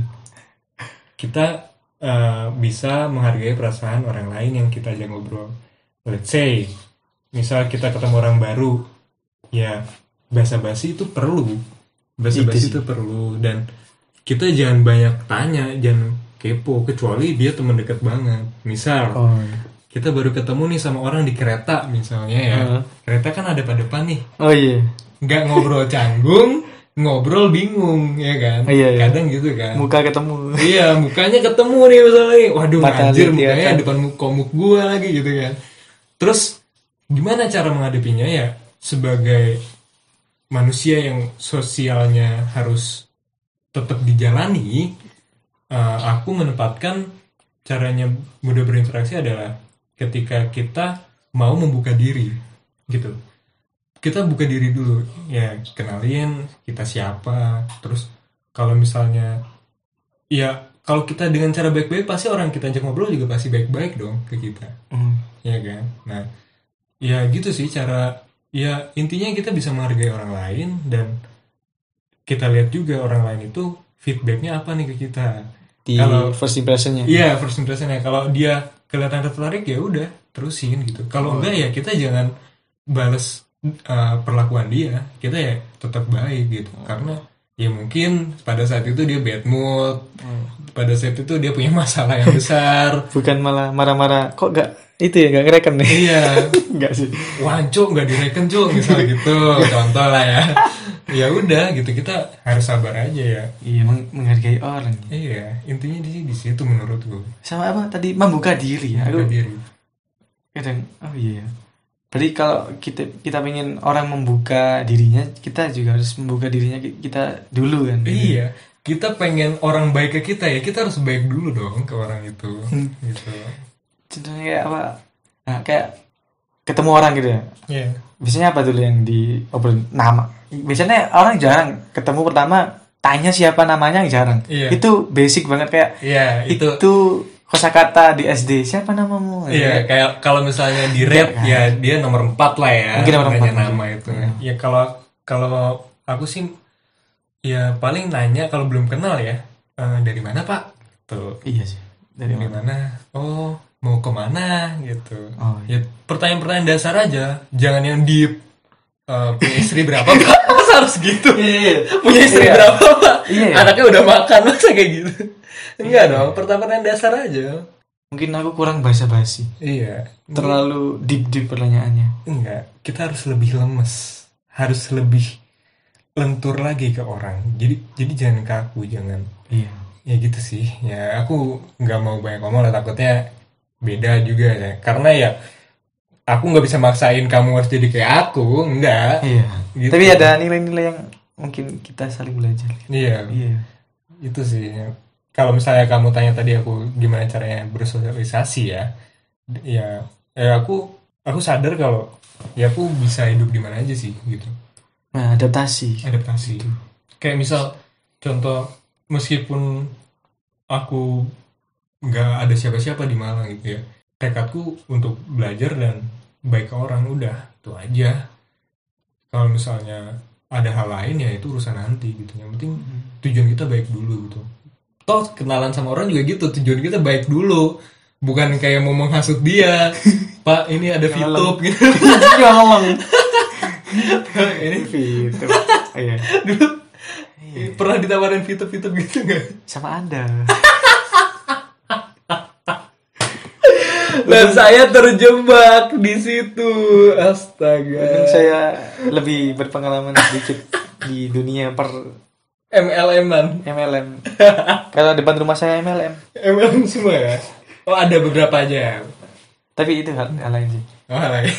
Kita eh, bisa menghargai perasaan orang lain yang kita ajak ngobrol. Let's say, misal kita ketemu orang baru, ya basa-basi itu perlu. Basa-basi Itu itu sih. perlu. Dan kita jangan banyak tanya, jangan kepo, kecuali dia teman dekat banget. Misal, Oh. kita baru ketemu nih sama orang di kereta misalnya ya. Heeh. Kereta kan ada pada depan nih. Oh iya. Nggak ngobrol canggung, ngobrol bingung, ya kan? Iya, iya. Kadang gitu kan. Muka ketemu. Iya, mukanya ketemu nih misalnya. Waduh, Mata anjir lihat, mukanya kan. depan mu- komuk gua lagi gitu kan. Terus gimana cara menghadapinya ya? Sebagai manusia yang sosialnya harus tetap dijalani, eh, aku menempatkan caranya mudah berinteraksi adalah ketika kita mau membuka diri, gitu. Kita buka diri dulu, ya kenalin kita siapa. Terus kalau misalnya, ya kalau kita dengan cara baik-baik, pasti orang kita ajak ngobrol juga pasti baik-baik dong ke kita, Hmm. ya kan? Nah, ya gitu sih cara. Ya intinya kita bisa menghargai orang lain dan kita lihat juga orang lain itu feedbacknya apa nih ke kita. Di Kalau first impressionnya. iya first impressionnya, kalau dia kelihatan tertarik ya udah terusin gitu. Kalau enggak ya kita jangan balas uh, perlakuan dia, kita ya tetap baik gitu. Karena ya mungkin pada saat itu dia bad mood, pada saat itu dia punya masalah yang besar. Bukan malah marah-marah. Kok gak itu ya gak ngereken nih? Iya, Enggak sih. wancuk nggak direken cuk misal gitu, contoh lah ya. Ya udah gitu, kita harus sabar aja ya. Iya meng- menghargai orang. Iya, intinya di di situ menurutku. Sama apa tadi membuka diri ya. Aku Buka diri. kadang oh iya. Berarti kalau kita kita pengen orang membuka dirinya, kita juga harus membuka dirinya ki- kita dulu kan. Iya, kita pengen orang baik ke kita ya, kita harus baik dulu dong ke orang itu. Gitu. Contohnya kayak apa? Nah, kayak ketemu orang gitu ya. Iya. Biasanya apa dulu yang diobrolin? Nama. Biasanya orang jarang ketemu pertama tanya siapa namanya jarang. Iya. Itu basic banget kayak Iya, itu. itu kosakata di S D. Siapa namamu? Iya, kayak kalau misalnya di rap ya dia nomor empat lah ya. Mungkin nomor nanya empat. nama itu. Ya kalau kalau aku sih ya paling nanya kalau belum kenal ya, "Eh, dari mana Pak?" Tuh. Iya sih. Dari Dari mana? mana? Oh, mau kemana gitu. Oh, iya. Ya pertanyaan-pertanyaan dasar aja, jangan yang deep. Eh, punya istri berapa Pak? Masa harus gitu? Punya istri Iya. berapa Pak? Iya. Anaknya udah makan, masa kayak gitu? Enggak dong, pertanyaan dasar aja. Mungkin aku kurang basa-basi. Iya. Terlalu deep-deep pertanyaannya. Enggak, kita harus lebih lemes, harus lebih lentur lagi ke orang. Jadi jadi jangan kaku, jangan. Iya. Ya gitu sih. Ya aku nggak mau banyak ngomong lah, takutnya beda juga ya. Karena ya aku nggak bisa maksain kamu harus jadi kayak aku, enggak. Iya. Gitu. Tapi ada nilai-nilai yang mungkin kita saling belajar. Iya. Iya. Itu sih. Kalau misalnya kamu tanya tadi aku gimana caranya bersosialisasi ya, ya, ya aku aku sadar kalau ya aku bisa hidup di mana aja sih gitu. Nah, adaptasi. Adaptasi. Kayak misal contoh, meskipun aku nggak ada siapa-siapa di Malang gitu ya, tekadku untuk belajar dan baik ke orang udah itu aja. Kalau misalnya ada hal lain ya itu urusan nanti gitu. Yang penting tujuan kita baik dulu gitu. Toh kenalan sama orang juga gitu, tujuan kita baik dulu, bukan kayak mau menghasut dia. Pak ini ada VTube gitu. Ngomong Ini VTube. Iya. dulu pernah ditawarin VTube VTube gitu nggak? Sama Anda. Dan saya terjebak di situ. Astaga. Mungkin saya lebih berpengalaman sedikit di dunia per M L M-an. M L M. Karena depan rumah saya M L M. M L M semua ya? Oh ada beberapa aja. Tapi itu hal, hal lain sih. Oh hal lain.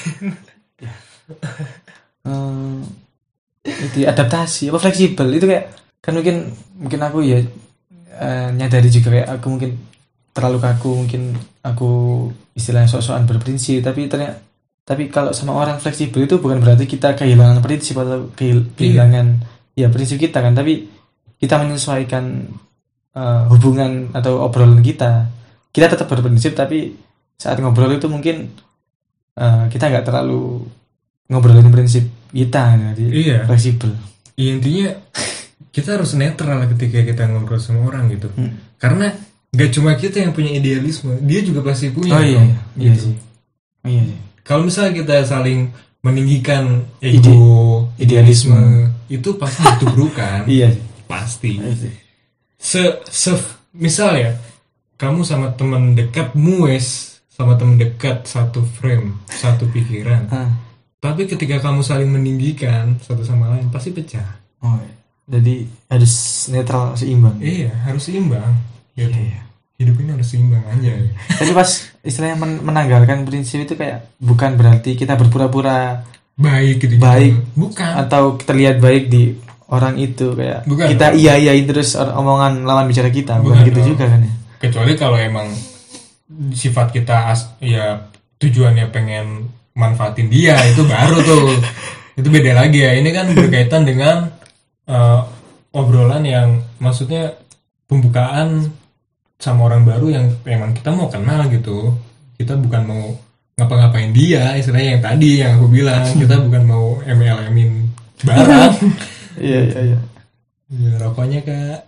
Hmm, itu adaptasi apa fleksibel itu kayak kan mungkin mungkin aku ya eh, nyadari juga kayak aku mungkin terlalu kaku, mungkin aku istilahnya sok-sokan berprinsip, tapi ternyata tapi kalau sama orang fleksibel itu bukan berarti kita kehilangan prinsip atau kehil- kehilangan ya prinsip kita kan, tapi kita menyesuaikan uh, hubungan atau obrolan kita. Kita tetap berprinsip, tapi saat ngobrol itu mungkin uh, kita nggak terlalu ngobrolin prinsip kita, jadi Iya. fleksibel. Ya, intinya kita harus netral ketika kita ngobrol sama orang gitu. Hmm. Karena gak cuma kita yang punya idealisme, dia juga pasti punya. Oh iya, dong, iya, iya gitu. sih. Oh, iya sih. Kalau misalnya kita saling meninggikan ego, idealisme, itu pasti ditubrukan. Iya sih. Pasti. Iya sih. Se, se misal ya, kamu sama teman dekatmu wes, sama teman dekat satu frame, satu pikiran. Ah. Tapi ketika kamu saling meninggikan satu sama lain, pasti pecah. Oh, iya. Jadi harus netral, seimbang. Iya, harus seimbang. Gitu. Iya. Hidup ini harus seimbang aja. Tapi pas istilahnya men- menanggalkan prinsip itu kayak bukan berarti kita berpura-pura Baik gitu. Baik. Bukan. atau terlihat baik di orang itu, kayak Bukan. kita iya iyain terus or- omongan lawan bicara kita, bukan, Bukan gitu dong. juga kan ya. Kecuali kalau emang sifat kita as, ya tujuannya pengen manfaatin dia, itu baru tuh. Itu beda lagi ya. Ini kan berkaitan dengan uh, obrolan yang maksudnya pembukaan sama orang baru yang emang kita mau kenal gitu. Kita bukan mau ngapa-ngapain dia, istilahnya yang tadi yang aku bilang, kita bukan mau M L M-in barang. Iya iya iya. Ya, rokoknya kak.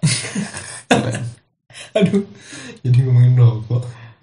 Aduh, jadi ngomongin rokok.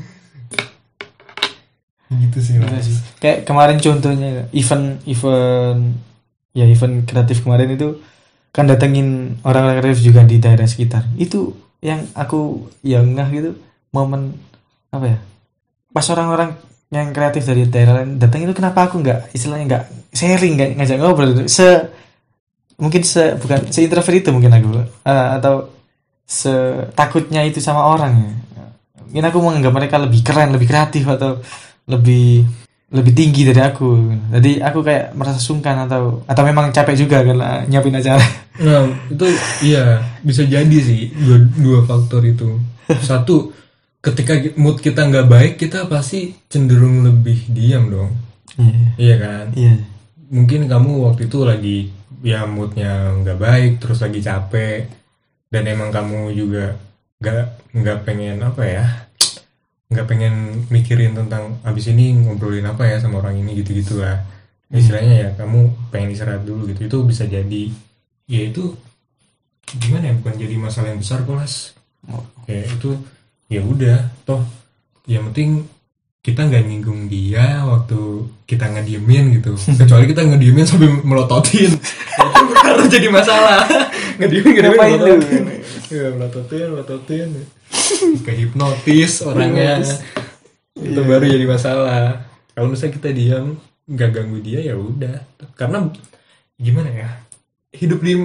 Gitu sih Gitu mas. sih. Kayak kemarin contohnya event event ya event kreatif kemarin itu kan datengin orang-orang kreatif juga di daerah sekitar. Itu yang aku yang ngeh gitu, momen apa ya, pas orang-orang yang kreatif dari daerah lain datang itu, kenapa aku nggak istilahnya nggak sharing, nggak ngajak ngobrol gitu. se mungkin se bukan se introvert itu mungkin aku, uh, atau se takutnya itu sama orang ya. Mungkin aku menganggap mereka lebih keren, lebih kreatif, atau lebih lebih tinggi dari aku. Jadi aku kayak merasa sungkan, atau atau memang capek juga karena nyiapin acara. Nah itu iya bisa jadi sih dua, dua faktor itu. Satu, ketika mood kita nggak baik, kita pasti cenderung lebih diam dong. Iya. Iya kan? Iya. Mungkin kamu waktu itu lagi ya moodnya nggak baik, terus lagi capek, dan emang kamu juga nggak nggak pengen apa ya, nggak pengen mikirin tentang abis ini ngobrolin apa ya sama orang ini gitu-gitu lah. Istilahnya ya kamu pengen istirahat dulu gitu. Itu bisa jadi ya itu gimana ya, bukan jadi masalah yang besar kok mas. Kayak itu ya udah, toh yang penting kita nggak nyinggung dia waktu kita ngediemin gitu. Kecuali kita ngediemin sampai melototin, itu baru jadi masalah. Ngediemin ngediemin Ngapain lu? melototin, ya melototin melototin, kayak hipnotis orangnya. Itu baru jadi masalah. Kalau misalnya kita diam nggak ganggu dia ya udah. Karena gimana ya, hidup di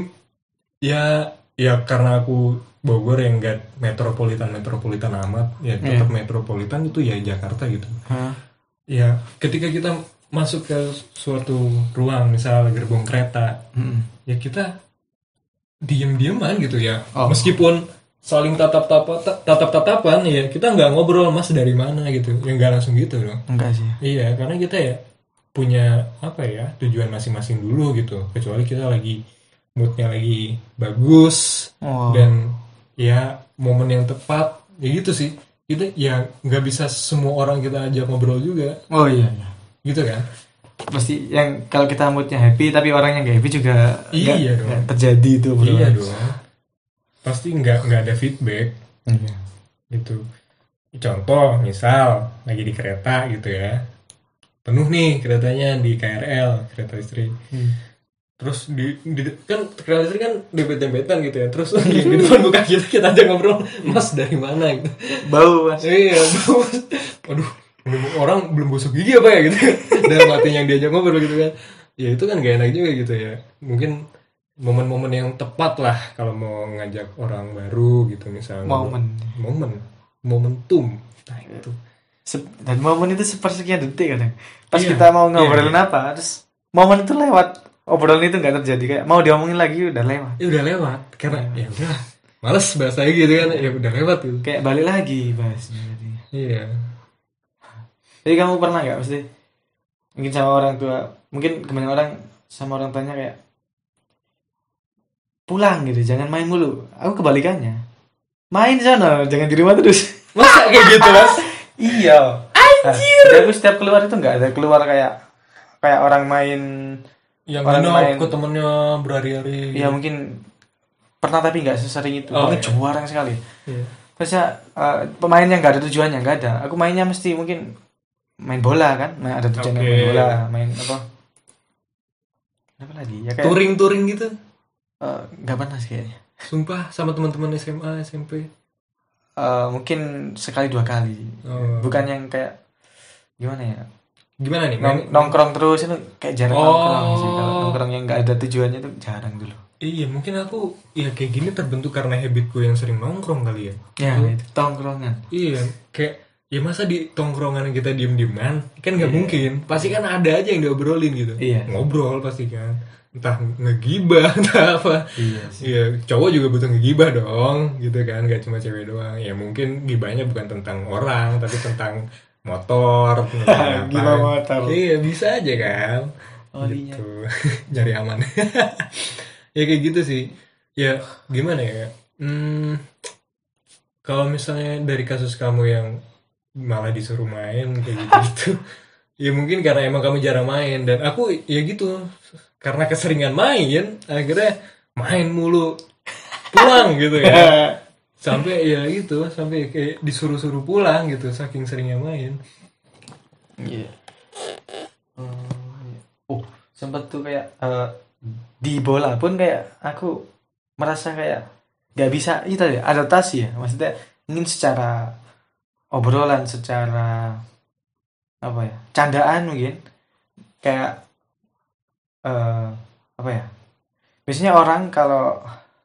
ya ya karena aku Bogor yang enggak metropolitan metropolitan amat ya, tetap Iya. metropolitan itu ya Jakarta gitu. Hah? Ya ketika kita masuk ke suatu ruang, misal gerbong kereta, Mm-mm. ya kita diem-dieman gitu ya. Oh. Meskipun saling tatap-tatap tatap-tatapan ya, kita nggak ngobrol mas dari mana gitu, ya nggak langsung gitu dong. Enggak sih. Iya, karena kita ya punya apa ya, tujuan masing-masing dulu gitu. Kecuali kita lagi moodnya lagi bagus, Oh. dan ya momen yang tepat, ya gitu sih. Kita ya nggak bisa semua orang kita ajak ngobrol juga, Oh iya iya. gitu kan. pasti yang kalau kita moodnya happy tapi orangnya nggak happy juga Iya nggak- dong. nggak terjadi itu bro. Iya dong. Pasti nggak nggak ada feedback Iya. gitu. Contoh, misal lagi di kereta gitu ya, penuh nih keretanya di K R L, kereta listrik. Hmm. Terus di, di kan kereta listrik kan dempet-dempetan gitu ya. Terus di, di depan muka kita kita aja ngobrol, Mas dari mana gitu. Bau mas. Iya, bos. Aduh, ini orang belum gosok gigi apa ya gitu. Dalam hati yang diajak ngobrol gitu kan. Ya itu kan gak enak juga gitu ya. Mungkin momen-momen yang tepat lah kalau mau ngajak orang baru gitu misalnya. Momen. Momen. Momentum. Nah itu. Se- dan momen itu sepersekian detik kadang. Pas Iya, kita mau iya, ngobrolin iya. apa, terus momen itu lewat, obrolan itu nggak terjadi, kayak mau diomongin lagi udah lewat. Ya udah lewat. Karena ya udah. Males bahas lagi gitu kan. Ya udah lewat gitu. Kayak balik lagi bahasnya. Jadi, Iya. jadi kamu pernah nggak mesti mungkin sama orang tua, mungkin kebanyakan orang sama orang tuanya kayak pulang gitu, jangan main mulu. Aku kebalikannya, main di sana, jangan di rumah terus. Masa kayak gitu, Mas? Iya. Anjir. Jadi aku setiap keluar itu nggak ada keluar kayak kayak orang main. Yang Orang nginep main- ke temennya berhari-hari. Ya mungkin pernah tapi nggak sesering itu. Oh, Mungkin iya. jarang sekali. Iya. Terusnya eh, pemainnya nggak ada tujuannya, nggak ada. Aku mainnya mesti mungkin main bola kan, main ada tujuannya Oke. main bola, main apa? Apa lagi? Ya kayak Touring-touring gitu. eh, nggak pernah sih kayaknya. Sumpah sama teman-teman S M A, S M P. Eh, mungkin sekali dua kali. Oh. Bukan yang kayak gimana ya? Gimana nih? Nong- Main- nongkrong terus itu kayak jarang Oh. nongkrong sih. Kalau nongkrong yang nggak ada tujuannya itu jarang dulu. Iya, mungkin aku ya kayak gini terbentuk karena habitku yang sering nongkrong kali ya. Ya Itu- itu tongkrongan. Iya, kayak ya masa di tongkrongan kita diem-dieman kan nggak Iya. mungkin. Pasti kan ada aja yang diobrolin gitu. Iya. Ngobrol pasti kan. Entah ngegibah entah apa. Iya sih. Iya, cowok juga butuh ngegibah dong, gitu kan, gak cuma cewek doang. Ya mungkin gibahnya bukan tentang orang, tapi tentang motor, tentang apa. Gibah motor. Iya, bisa aja kan. Olinya. Gitu. Nyari aman. Ya kayak gitu sih. Ya gimana ya? Hmm, kalau misalnya dari kasus kamu yang malah disuruh main kayak gitu, ya mungkin karena emang kamu jarang main dan aku ya gitu. Karena keseringan main, akhirnya main mulu, pulang gitu ya. Sampai ya gitu, sampai kayak disuruh-suruh pulang gitu, saking seringnya main. Iya. Oh, sempat tuh kayak eh, di bola pun kayak aku merasa kayak nggak bisa itu ya adaptasi ya. Maksudnya ingin secara obrolan, secara apa ya, candaan mungkin kayak eh apa ya? Biasanya orang kalau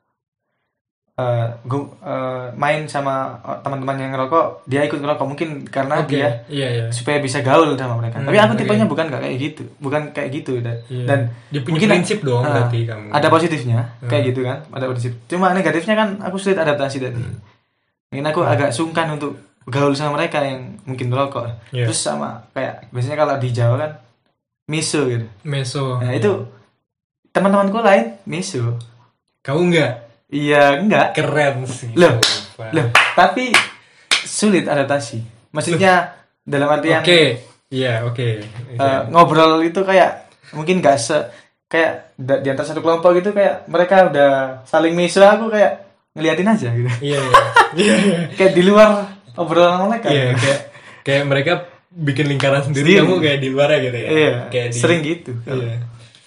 eh, gu- eh, main sama teman-teman yang ngerokok, dia ikut ngerokok mungkin karena Oke, dia iya iya. supaya bisa gaul sama mereka. Hmm, Tapi aku oke. tipenya bukan nggak kayak gitu, bukan kayak gitu dan, Iya. dan Dia punya mungkin prinsip dong ah, berarti kamu. ada positifnya kayak Hmm. gitu kan, ada positif. Cuma negatifnya kan aku sulit adaptasi tadi. Hmm. Mungkin aku agak sungkan untuk gaul sama mereka yang mungkin merokok. Iya. Terus sama kayak biasanya kalau di Jawa kan miso gitu. Meso. Nah itu teman-temanku lain miso. Kamu enggak Iya enggak. keren sih. Loh, sumpah. Loh, tapi sulit adaptasi. Maksudnya dalam artian Oke, iya oke. eh, ngobrol itu kayak mungkin gak se kayak da- di antara satu kelompok gitu kayak mereka udah saling miso, aku kayak ngeliatin aja gitu. Iya iya. Iya iya. Kayak di luar obrolan mereka. Iya, kayak kayak mereka bikin lingkaran Sendiri. sendiri, kamu kayak di luar gitu ya. Iya, Kayak di, sering gitu. Iya.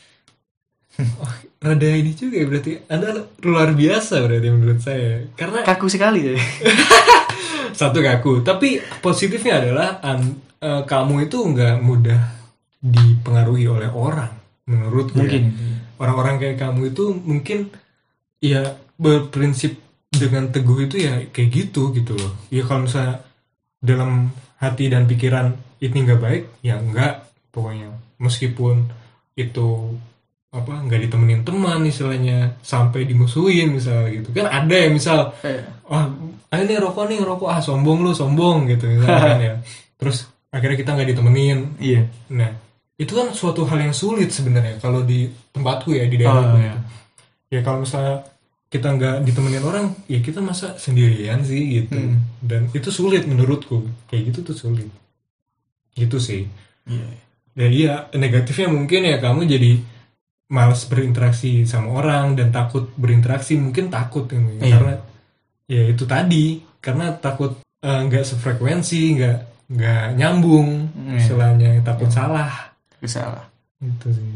Oh, rada ini juga ya berarti Anda luar biasa berarti menurut saya. Karena Kaku sekali ya. satu kaku, tapi positifnya adalah an- eh, kamu itu nggak mudah dipengaruhi oleh orang menurut Mungkin. orang-orang kayak kamu itu mungkin ya berprinsip dengan teguh itu ya kayak gitu gitu loh. Ya kalau misalnya dalam hati dan pikiran itu nggak baik ya nggak, pokoknya meskipun itu apa nggak ditemenin teman istilahnya sampai dimusuhin misalnya gitu kan, ada ya misal Eh, wah ayo nih rokok nih rokok ah sombong lu sombong gitu misalnya kan ya, terus akhirnya kita nggak ditemenin. iya. Nah itu kan suatu hal yang sulit sebenarnya kalau di tempatku ya, di Oh, daerahku iya. gitu. Ya kalau misalnya kita nggak ditemenin orang ya kita masa sendirian sih gitu. Hmm. Dan itu sulit menurutku, kayak gitu tuh sulit gitu sih. Iya. Ya iya, negatifnya mungkin ya kamu jadi malas berinteraksi sama orang dan takut berinteraksi, mungkin takut ya, Iya. karena ya itu tadi, karena takut eh, nggak sefrekuensi, nggak nggak nyambung, Iya. istilahnya takut salah, Salah. itu sih.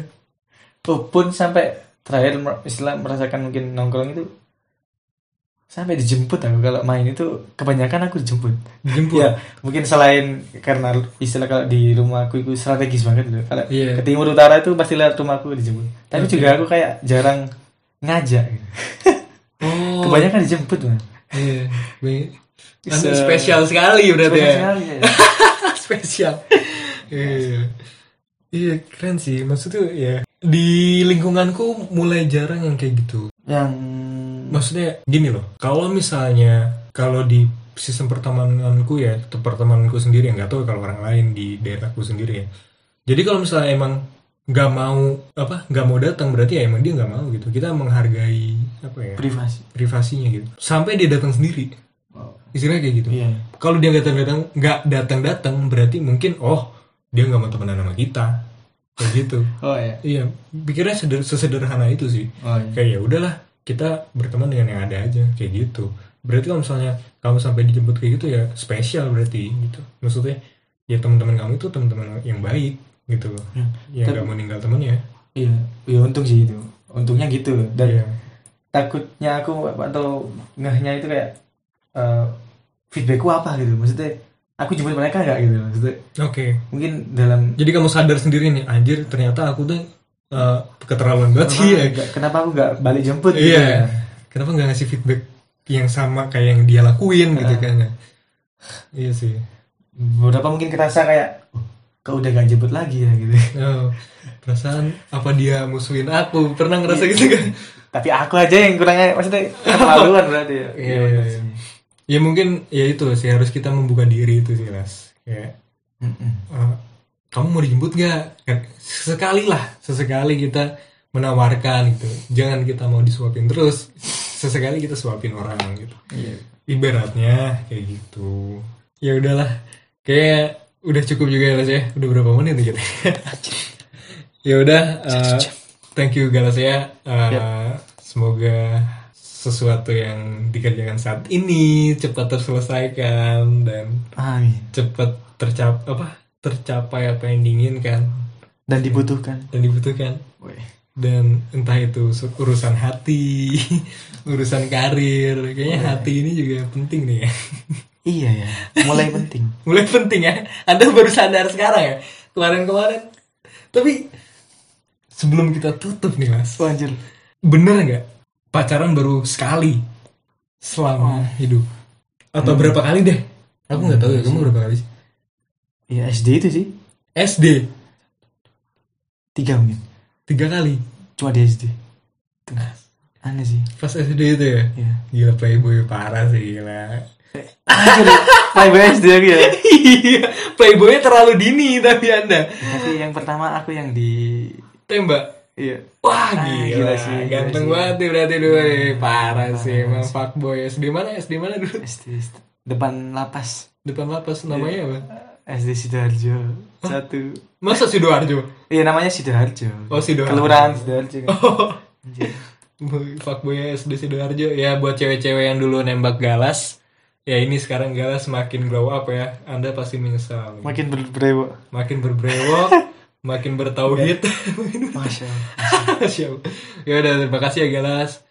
Oh, pun sampai terakhir mer- istilah merasakan mungkin nongkrong itu sampai dijemput aku kalau main itu kebanyakan aku dijemput. Dijemput. Ya, mungkin selain karena istilah kalau di rumahku itu strategis banget gitu. Kalau Iya. ke timur utara itu pasti lewat rumahku dijemput. Tapi Oke. juga aku kayak jarang ngajak gitu. Oh, Kebanyakan dijemput, Man. iya. Be- Se- spesial sekali berarti Spesial ya. sekali, ya. Spesial. Iya. Iya, keren sih. Maksudnya ya di lingkunganku mulai jarang yang kayak gitu. Yang Maksudnya gini loh, kalau misalnya kalau di sistem pertemananku ya, atau pertemananku sendiri, nggak tahu kalau orang lain di daerahku sendiri ya. Jadi kalau misalnya emang nggak mau apa nggak mau datang, berarti ya emang dia nggak mau gitu. Kita menghargai apa ya, privasi. privasinya gitu. Sampai dia datang sendiri, istilahnya kayak gitu. Iya. Kalau dia nggak datang-datang, nggak datang-datang, berarti mungkin oh dia nggak mau temenan sama kita, kayak gitu. Oh ya. Iya, pikirnya seder- sesederhana itu sih. Oh iya. Kayak ya udahlah, kita berteman dengan yang ada aja, kayak gitu. Berarti kalau misalnya kamu sampai dijemput kayak gitu ya spesial berarti gitu. Maksudnya ya teman-teman kamu itu teman-teman yang baik gitu loh, Hmm. yang Tapi- nggak mau ninggal temennya. Iya, ya untung sih itu. Untungnya gitu loh. Dan Iya. takutnya aku atau ngehnya itu kayak eh, feedbackku apa gitu. Maksudnya aku jemput mereka nggak gitu. Maksudnya Oke. mungkin dalam Jadi kamu sadar sendiri nih, anjir ternyata aku tuh eh, keterlaluan banget sih ya. nggak- kenapa aku nggak balik jemput gitu Iya. ya. Kenapa nggak ngasih feedback yang sama kayak yang dia lakuin gitu Ah. kan? ya? Iya sih. Beberapa mungkin kerasa kayak "Oh, kok udah gak jemput lagi ya gitu. Oh, perasaan apa dia musuhin aku? Pernah ngerasa gitu kan? Tapi aku aja yang kurangnya maksudnya keterlaluan berarti ya. Iya, iya, iya. Ya mungkin ya itu sih, harus kita membuka diri itu sih Las. Kayak Mm-mm. eh, kamu mau dijemput gak? Kan sesekali lah, sesekali kita menawarkan gitu. Jangan kita mau disuapin terus. Sesekali kita suapin orang gitu. Iya. Ibaratnya kayak gitu. Ya udahlah, kayak udah cukup juga ya Las ya. Udah berapa menit nih kita? Ya udah, eh, thank you Galas ya. Eh, Semoga sesuatu yang dikerjakan saat ini cepat terselesaikan dan Amin. cepat tercap apa tercapai apa yang diinginkan Dan dibutuhkan. dan dibutuhkan. Weh. Dan entah itu su- urusan hati, urusan karir, kayaknya hati ini juga penting nih ya. Iya ya, mulai penting. Mulai penting ya. Anda baru sadar sekarang ya. Kemarin-kemarin. Tapi sebelum kita tutup nih Mas, Oh, anjir. bener nggak pacaran baru sekali selama hidup? Atau berapa kali deh? Aku nggak tahu ya. Kamu berapa kali sih? Ya S D itu sih S D tiga mungkin. tiga kali. Cuma di S D. Tuh. Aneh sih. Pas S D itu ya. Iya. Gila, playboy parah sih, gila. Anjir. Playboy S D lagi ya. Iya, playboynya terlalu dini tapi Anda Tapi yang pertama aku yang di tembak. iya. Wah, Ah, gila, gila sih, gila ganteng sih. banget nih berarti dulu. Eh, parah Parah sih emang sih. fuckboy. S D mana? S D mana dulu? S D depan lapas. Depan lapas namanya apa? S D Sidoarjo satu. Masa Sidoarjo? Iya namanya Sidoarjo. Oh, Sidoarjo. Kelurahan Sidoarjo. Kan? Oh, Anjir. fuckboy S D Sidoarjo. Ya buat cewek-cewek yang dulu nembak Galas, ya ini sekarang Galas makin glow up ya. Anda pasti menyesal. Makin berbrewok. Makin berbrewok, makin bertauhid. Masya Allah. Masya Allah. Ya udah, terima kasih ya Galas.